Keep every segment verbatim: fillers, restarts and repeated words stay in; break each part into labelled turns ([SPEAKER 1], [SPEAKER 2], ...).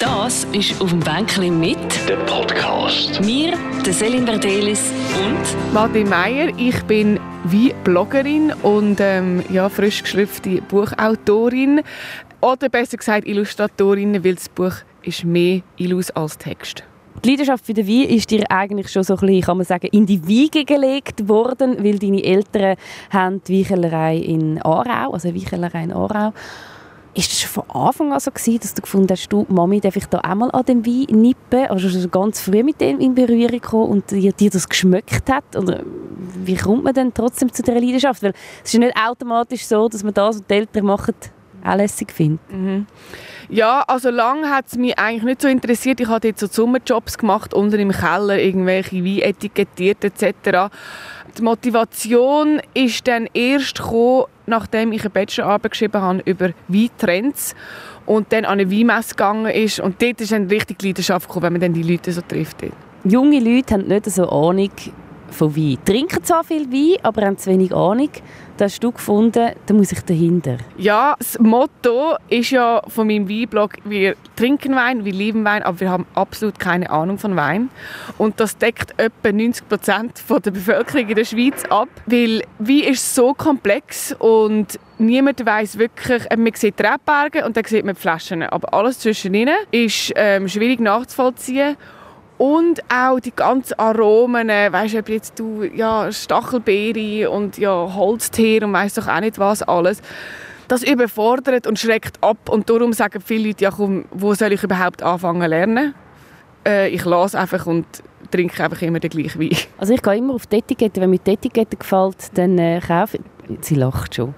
[SPEAKER 1] Das ist «Auf dem Bänkchen» mit
[SPEAKER 2] der Podcast.
[SPEAKER 1] Mir, der Selin Verdelis und
[SPEAKER 3] Madeleine Meyer. Ich bin Weinbloggerin und ähm, ja, frisch geschriebene Buchautorin. Oder besser gesagt Illustratorin, weil das Buch ist mehr Illus als Text.
[SPEAKER 4] Die Leidenschaft für den Wein ist dir eigentlich schon so ein bisschen, kann man sagen, in die Wiege gelegt worden, weil deine Eltern haben die Weinkellerei in Aarau, also eine Weinkellerei in Aarau. Ist das schon von Anfang an so gewesen, dass du gefunden hast, du, Mami, darf ich da einmal an dem Wein nippen? Also schon ganz früh mit dem in Berührung gekommen und dir, dir das geschmeckt hat? Oder wie kommt man denn trotzdem zu dieser Leidenschaft? Weil es ist ja nicht automatisch so, dass man das, was die Eltern machen, auch lässig findet.
[SPEAKER 3] Mhm. Ja, also lange hat es mich eigentlich nicht so interessiert. Ich habe jetzt so Sommerjobs gemacht, unten im Keller, irgendwelche Weine etikettiert et cetera. Die Motivation ist dann erst gekommen, nachdem ich eine Bachelorarbeit geschrieben habe über Weintrends und dann an eine Weinmesse gegangen ist. Und dort ist dann richtig die Leidenschaft gekommen, wenn man dann die Leute so trifft.
[SPEAKER 4] Junge Leute haben nicht so Ahnung von Wein. Trinken zwar viel Wein, aber haben zu wenig Ahnung. Da hast du gefunden, da muss ich dahinter.
[SPEAKER 3] Ja, das Motto ist ja von meinem Weinblog, wir trinken Wein, wir lieben Wein, aber wir haben absolut keine Ahnung von Wein. Und das deckt etwa neunzig Prozent der Bevölkerung in der Schweiz ab. Weil Wein ist so komplex und niemand weiss wirklich, man sieht die Rebberge und dann sieht man die Flaschen. Aber alles zwischendrin ist ähm, schwierig nachzuvollziehen. Und auch die ganzen Aromen, weißt du, ob jetzt du ja, Stachelbeere und ja, Holzteer und weiss doch auch nicht was alles. Das überfordert und schreckt ab. Und darum sagen viele Leute, ja komm, wo soll ich überhaupt anfangen zu lernen? Äh, ich lasse einfach und trinke einfach immer den gleichen Wein.
[SPEAKER 4] Also ich gehe immer auf die Etikette. Wenn mir die Etikette gefällt, dann äh, kaufe ich. Sie lacht schon.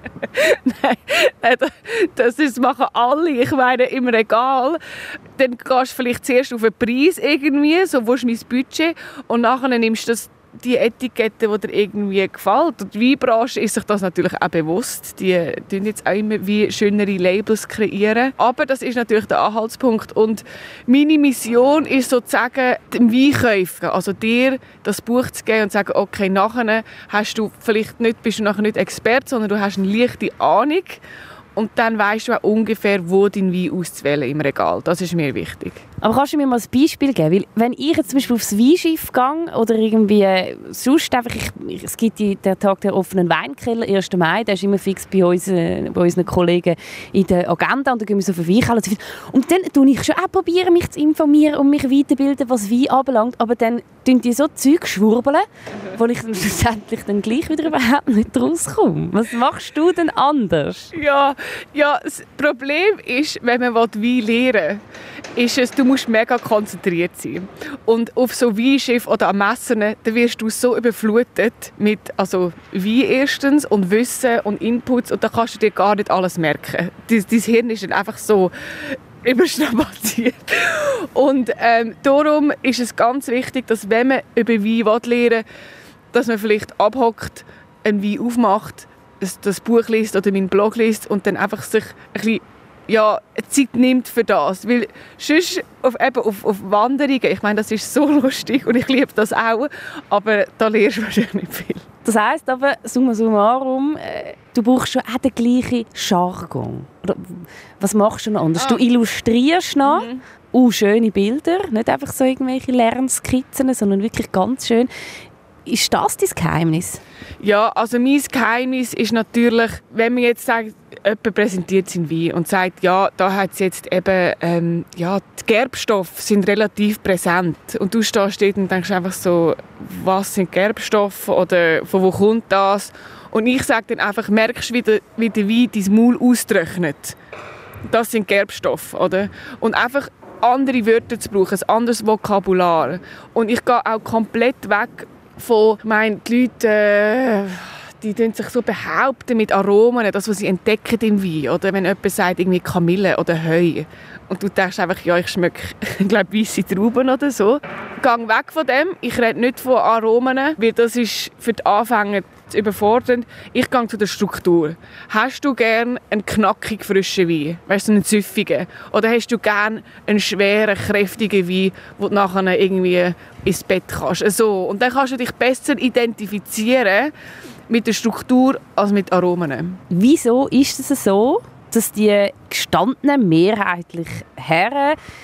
[SPEAKER 3] Nein, das ist, machen alle. Ich meine, im Regal. Dann gehst du vielleicht zuerst auf den Preis irgendwie, so wo ist mein Budget, und nachher nimmst du das, die Etikette, die dir irgendwie gefällt. Und die Weinbranche ist sich das natürlich auch bewusst. Die kreieren jetzt auch immer wie schönere Labels kreieren. Aber das ist natürlich der Anhaltspunkt. Und meine Mission ist sozusagen, dem Weinkäufer, also dir das Buch zu geben und zu sagen, okay, nachher hast du vielleicht nicht, bist du nachher nicht Experte, sondern du hast eine leichte Ahnung. Und dann weisst du auch ungefähr, wo dein Wein auszuwählen im Regal. Das ist mir wichtig.
[SPEAKER 4] Aber kannst du mir mal ein Beispiel geben? Weil wenn ich jetzt zum Beispiel aufs Weinschiff gehe oder irgendwie sonst einfach, ich, ich, es gibt die, den Tag der offenen Weinkeller, ersten Mai, der ist immer fix bei, uns, äh, bei unseren Kollegen in der Agenda und dann gehen wir so auf den Weinkeller. Und dann tue ich schon auch probieren, mich zu informieren und mich weiterbilden, was Wein anbelangt. Aber dann tun die so Zeug schwurbeln, mhm. wo ich dann schlussendlich dann gleich wieder überhaupt nicht rauskomme. Was machst du denn anders?
[SPEAKER 3] Ja, ja, das Problem ist, wenn man Wein lernen will, ist es, du musst mega konzentriert sein. Und auf so Weinschiff oder an Messen, da wirst du so überflutet mit also Wein erstens und Wissen und Inputs und da kannst du dir gar nicht alles merken. Dein, dein Hirn ist dann einfach so überstrapaziert. Und ähm, darum ist es ganz wichtig, dass wenn man über Wein lernen will, dass man vielleicht abhockt, einen Wein aufmacht, das Buch liest oder meinen Blog liest und dann einfach sich ein bisschen ja, Zeit nimmt für das. Weil sonst auf, eben auf, auf Wanderungen, ich meine, das ist so lustig und ich liebe das auch, aber da lernst du wahrscheinlich nicht viel.
[SPEAKER 4] Das heisst aber, summa summarum, äh, du brauchst schon auch den gleichen Jargon. Oder, was machst du noch anders? Ah. Du illustrierst noch, mhm. uh, schöne Bilder, nicht einfach so irgendwelche Lernskizzen, sondern wirklich ganz schön. Ist das dein Geheimnis?
[SPEAKER 3] Ja, also mein Geheimnis ist natürlich, wenn man jetzt sagt, jemand präsentiert seinen Wein und sagt, ja, da hat es jetzt eben, ähm, ja, die Gerbstoffe sind relativ präsent. Und du stehst dort und denkst einfach so, was sind Gerbstoffe oder von wo kommt das? Und ich sage dann einfach, merkst du, wie der, wie der Wein dein Maul austrocknet. Das sind Gerbstoffe, oder? Und einfach andere Wörter zu brauchen, ein anderes Vokabular. Und ich gehe auch komplett weg von, ich meine, die Leute, äh, die tun sich so behaupten mit Aromen, das, was sie entdecken im Wein. Oder wenn jemand sagt, irgendwie Kamille oder Heu. Und du denkst einfach, ja, ich schmecke, ich glaube, weisse Trauben oder so. Gang weg von dem. Ich rede nicht von Aromen, weil das ist für die Anfänger zu überfordernd. Ich gehe zu der Struktur. Hast du gerne einen knackig frischen Wein? Weißt du, einen süffigen? Oder hast du gerne einen schweren, kräftigen Wein, wo du nachher irgendwie ins Bett kannst? So. Und dann kannst du dich besser identifizieren mit der Struktur als mit Aromen.
[SPEAKER 4] Wieso ist es so, dass die gestandenen, mehrheitlich Herren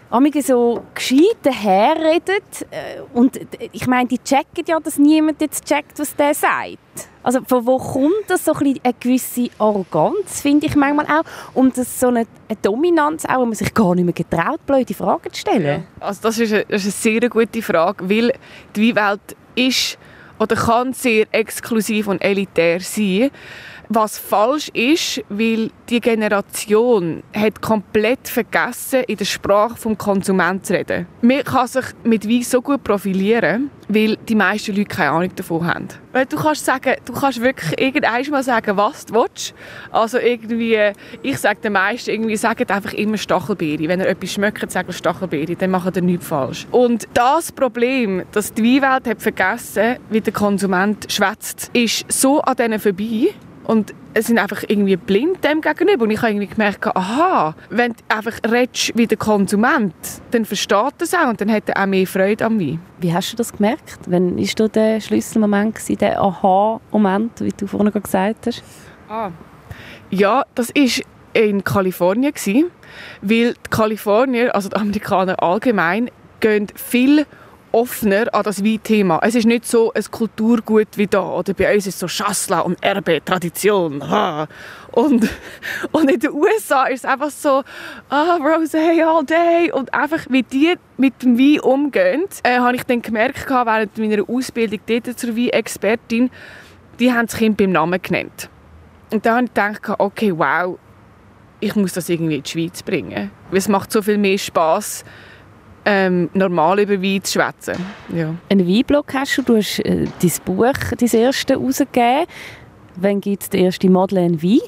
[SPEAKER 4] einige so gescheit daherreden. Und ich meine, die checken ja, dass niemand jetzt checkt, was der sagt. Also von wo kommt das, so ein bisschen eine gewisse Arroganz, finde ich manchmal auch, und das so eine, eine Dominanz auch, wo man sich gar nicht mehr getraut, blöde Fragen zu stellen?
[SPEAKER 3] Ja. Also das ist eine, das ist eine sehr gute Frage, weil die Welt ist oder kann sehr exklusiv und elitär sein. Was falsch ist, weil die Generation hat komplett vergessen, in der Sprache des Konsumenten zu reden. Man kann sich mit Wein so gut profilieren, weil die meisten Leute keine Ahnung davon haben. Weil du kannst sagen, du kannst wirklich irgendwann mal sagen, was du willst. Also irgendwie, ich sage den meisten, irgendwie sagen einfach immer Stachelbeere. Wenn ihr etwas schmeckt, sagt ihr Stachelbeere, dann macht ihr nichts falsch. Und das Problem, dass die Weinwelt hat vergessen, wie der Konsument schwätzt, ist so an denen vorbei. Und es sind einfach irgendwie blind dem gegenüber. Und ich habe irgendwie gemerkt, aha, wenn du einfach redest wie der Konsument, dann versteht er es auch und dann hat er auch mehr Freude am Wein.
[SPEAKER 4] Wie hast du das gemerkt? Wann war da der Schlüsselmoment, der Aha-Moment, wie du vorhin gesagt hast?
[SPEAKER 3] Ah. Ja, das war in Kalifornien, weil die Kalifornier, also die Amerikaner allgemein, gehen viel offener an das Weinthema. Es ist nicht so ein Kulturgut wie da. Oder bei uns ist es so Chasselas und Erbe, Tradition. Ha. Und, und in den U S A ist es einfach so ah, Rosé all day. Und einfach, wie die mit dem Wein umgehen, äh, habe ich dann gemerkt, während meiner Ausbildung dort zur Weinexpertin, die haben das Kind beim Namen genannt. Und dann habe ich gedacht, okay, wow, ich muss das irgendwie in die Schweiz bringen. Weil es macht so viel mehr Spass, Ähm, normal über Wein zu schwätzen. Ja.
[SPEAKER 4] Einen Weinblog hast du, du hast äh, dein Buch, dein erste, herausgegeben. Wann gibt es den ersten Madeleine Wein?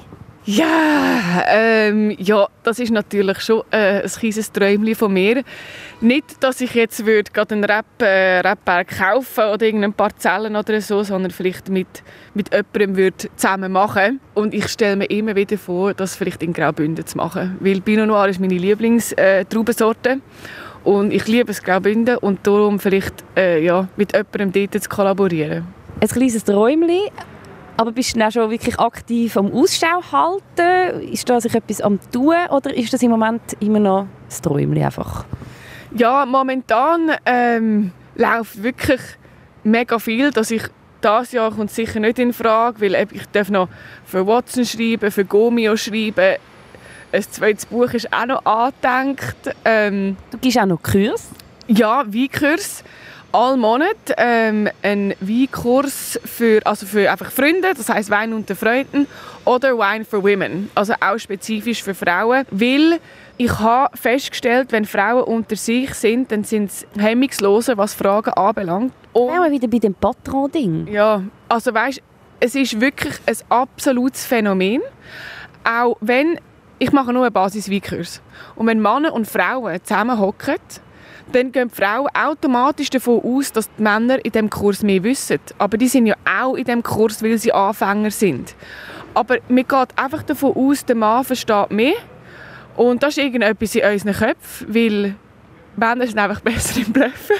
[SPEAKER 3] Ja, ähm, ja, das ist natürlich schon äh, ein kleines Träumchen von mir. Nicht, dass ich jetzt würde gerade einen Rap, äh, Rapberg kaufen oder irgendeine Parzellen oder so, sondern vielleicht mit, mit jemandem würde zusammen machen. Und ich stelle mir immer wieder vor, das vielleicht in Graubünden zu machen. Weil Pinot Noir ist meine Lieblings-Traubensorte. Äh, Und ich liebe es Graubünden und darum vielleicht äh, ja, mit jemandem dort zu kollaborieren.
[SPEAKER 4] Ein kleines Träumchen, aber bist du dann auch schon wirklich aktiv am Ausschau halten? Ist da sich etwas am tun oder ist das im Moment immer noch ein Träumchen einfach?
[SPEAKER 3] Ja, momentan ähm, läuft wirklich mega viel, dass ich dieses Jahr kommt sicher nicht in Frage, weil ich darf noch für Watson schreiben, für Gomio schreiben. Ein zweites Buch ist auch noch angedenkt. Ähm,
[SPEAKER 4] du gibst auch noch Kurs?
[SPEAKER 3] Ja, Weinkurs. Alle Monate ähm, ein Weinkurs für, also für einfach Freunde, das heisst Wein unter Freunden, oder Wine for Women, also auch spezifisch für Frauen. Weil ich habe festgestellt, wenn Frauen unter sich sind, dann sind sie hemmungsloser, was Fragen anbelangt.
[SPEAKER 4] Und ja, wieder bei dem Patron-Ding.
[SPEAKER 3] Ja, also weißt, es ist wirklich ein absolutes Phänomen. Auch wenn ich mache nur einen Basis-Weinkurs. Und wenn Männer und Frauen zusammenhocken, dann gehen die Frauen automatisch davon aus, dass die Männer in diesem Kurs mehr wissen. Aber die sind ja auch in diesem Kurs, weil sie Anfänger sind. Aber man geht einfach davon aus, der Mann versteht mehr. Und das ist irgendetwas in unseren Köpfen, weil Männer sind einfach besser im Bluffen.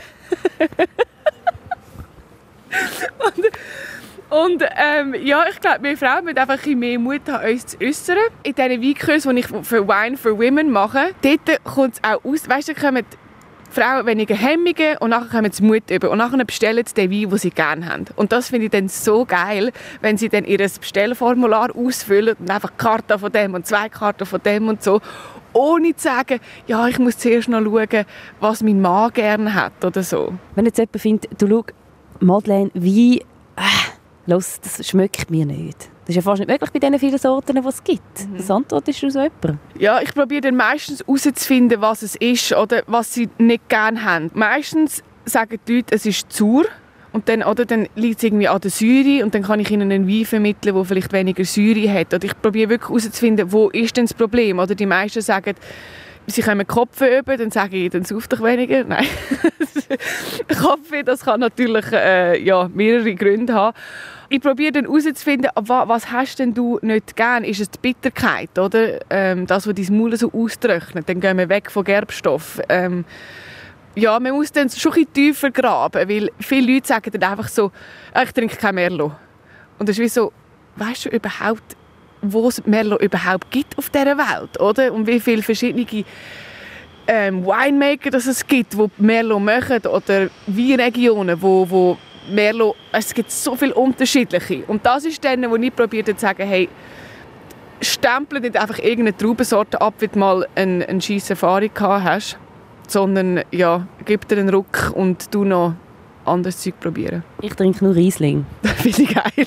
[SPEAKER 3] und Und ähm, ja, ich glaube, wir Frauen müssen einfach ein mehr Mut haben, uns zu äußern. In diesen Weinkursen, die ich für Wine for Women mache, dort kommt es auch aus. Weißt du, da kommen die Frauen weniger Hemmungen und nachher kommen sie Mut über. Und nachher bestellen sie den Wein, den sie gerne haben. Und das finde ich dann so geil, wenn sie dann ihr Bestellformular ausfüllen und einfach Karten von dem und zwei Karten von dem und so. Ohne zu sagen, ja, ich muss zuerst noch schauen, was mein Mann gerne hat oder so.
[SPEAKER 4] Wenn jetzt jemand findet, du schau, Madeleine, Wein, äh, los, das schmeckt mir nicht. Das ist ja fast nicht möglich bei den vielen Sorten, die es gibt. Mhm. Was antwortest du so jemandem?
[SPEAKER 3] Ja, ich probiere dann meistens herauszufinden, was es ist oder was sie nicht gerne haben. Meistens sagen die Leute, es ist zu sauer. Und dann, oder, dann liegt es irgendwie an der Säure und dann kann ich ihnen einen Wein vermitteln, der vielleicht weniger Säure hat. Oder ich probiere wirklich herauszufinden, wo ist denn das Problem. Oder die meisten sagen, sie kommen Kopfweh über, dann sage ich, dann sauf doch weniger. Nein. Kopfweh, das kann natürlich äh, ja, mehrere Gründe haben. Ich probiere dann herauszufinden, was hast denn du nicht gern? Ist es die Bitterkeit, oder? Ähm, das, was dein Maul so austrocknet. Dann gehen wir weg von Gerbstoff. Ähm, ja, man muss dann schon ein bisschen tiefer graben, weil viele Leute sagen dann einfach so, ich trinke kein Merlot. Und das ist wie so, weißt du überhaupt, wo es Merlot überhaupt gibt auf dieser Welt, oder? Und wie viele verschiedene ähm, Winemaker, dass es gibt, die Merlot machen oder Weinregionen, wo, wo Merlot, es gibt so viele unterschiedliche. Und das ist dann, wo ich probiert zu sagen, hey, stempel nicht einfach irgendeine Traubensorte ab, wie du mal eine, eine scheisse Erfahrung gehabt hast, sondern ja, gib dir einen Ruck und du noch anderes Zeug probieren.
[SPEAKER 4] Ich trinke nur Riesling.
[SPEAKER 3] Das finde ich geil.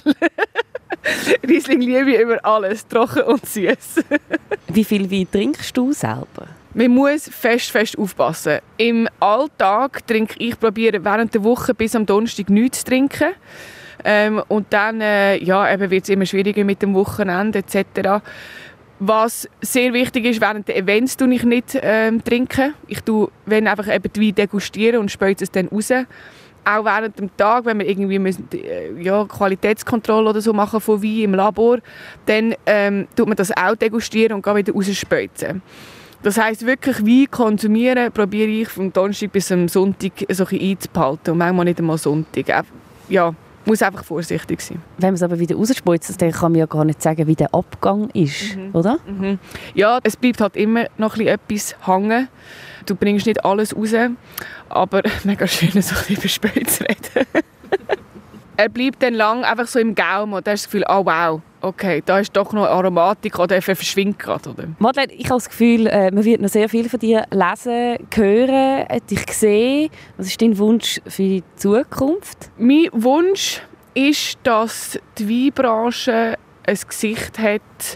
[SPEAKER 3] Riesling liebe ich über alles, trocken und süß.
[SPEAKER 4] Wie viel Wein trinkst du selber?
[SPEAKER 3] Man muss fest, fest aufpassen. Im Alltag trinke ich, probiere während der Woche bis am Donnerstag nichts zu trinken. Ähm, und dann äh, ja, wird es immer schwieriger mit dem Wochenende et cetera. Was sehr wichtig ist, während der Events trinke ich nicht ähm, trinken. Ich tue, wenn einfach eben die Weine degustieren und spüle es dann raus. Auch während dem Tag, wenn wir irgendwie müssen, ja, Qualitätskontrolle oder so machen von Wein im Labor, dann ähm, tut man das auch degustieren und wieder rausspeuzen. Das heisst, wirklich Wein konsumieren probiere ich vom Donnerstag bis am Sonntag so ein bisschen einzuhalten und manchmal nicht einmal Sonntag. Ja, muss einfach vorsichtig sein.
[SPEAKER 4] Wenn man es aber wieder rausspeuzt, dann kann man ja gar nicht sagen, wie der Abgang ist, mhm. oder?
[SPEAKER 3] Mhm. Ja, es bleibt halt immer noch ein bisschen etwas hängen. Du bringst nicht alles raus, aber mega schön, so ein bisschen über Späte zu reden. Er bleibt dann lang einfach so im Gaumen und da hast du das Gefühl, oh wow, okay, da ist doch noch Aromatik oder er verschwindet gerade. Oder?
[SPEAKER 4] Madeleine, ich habe das Gefühl, man wird noch sehr viel von dir lesen, hören, dich sehen. Was ist dein Wunsch für die Zukunft?
[SPEAKER 3] Mein Wunsch ist, dass die Weinbranche ein Gesicht hat,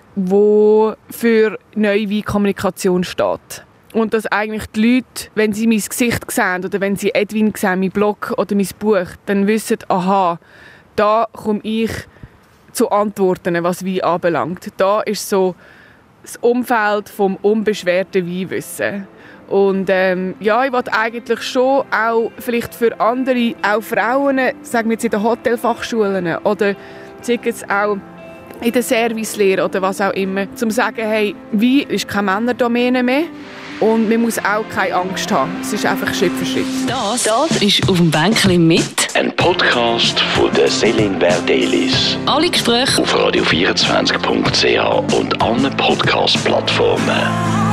[SPEAKER 3] das für neue Weinkommunikation steht. Und dass eigentlich die Leute, wenn sie mein Gesicht sehen oder wenn sie Edwin sehen, mein Blog oder mein Buch, dann wissen, aha, da komme ich zu Antworten, was Wein anbelangt. Da ist so das Umfeld vom unbeschwerten Weinwissen. Und ähm, ja, ich wollte eigentlich schon auch vielleicht für andere, auch Frauen, sagen wir jetzt in den Hotelfachschulen oder sei es auch in der Servicelehre oder was auch immer, zum zu sagen, hey, Wein ist keine Männerdomäne mehr. Und man muss auch keine Angst haben. Es ist einfach Schritt für Schritt.
[SPEAKER 1] Das, das ist «Auf dem Bänkchen» mit
[SPEAKER 2] ein Podcast von der Céline Verdelis.
[SPEAKER 1] Alle Gespräche
[SPEAKER 2] auf radio vierundzwanzig punkt c h und allen Podcast-Plattformen.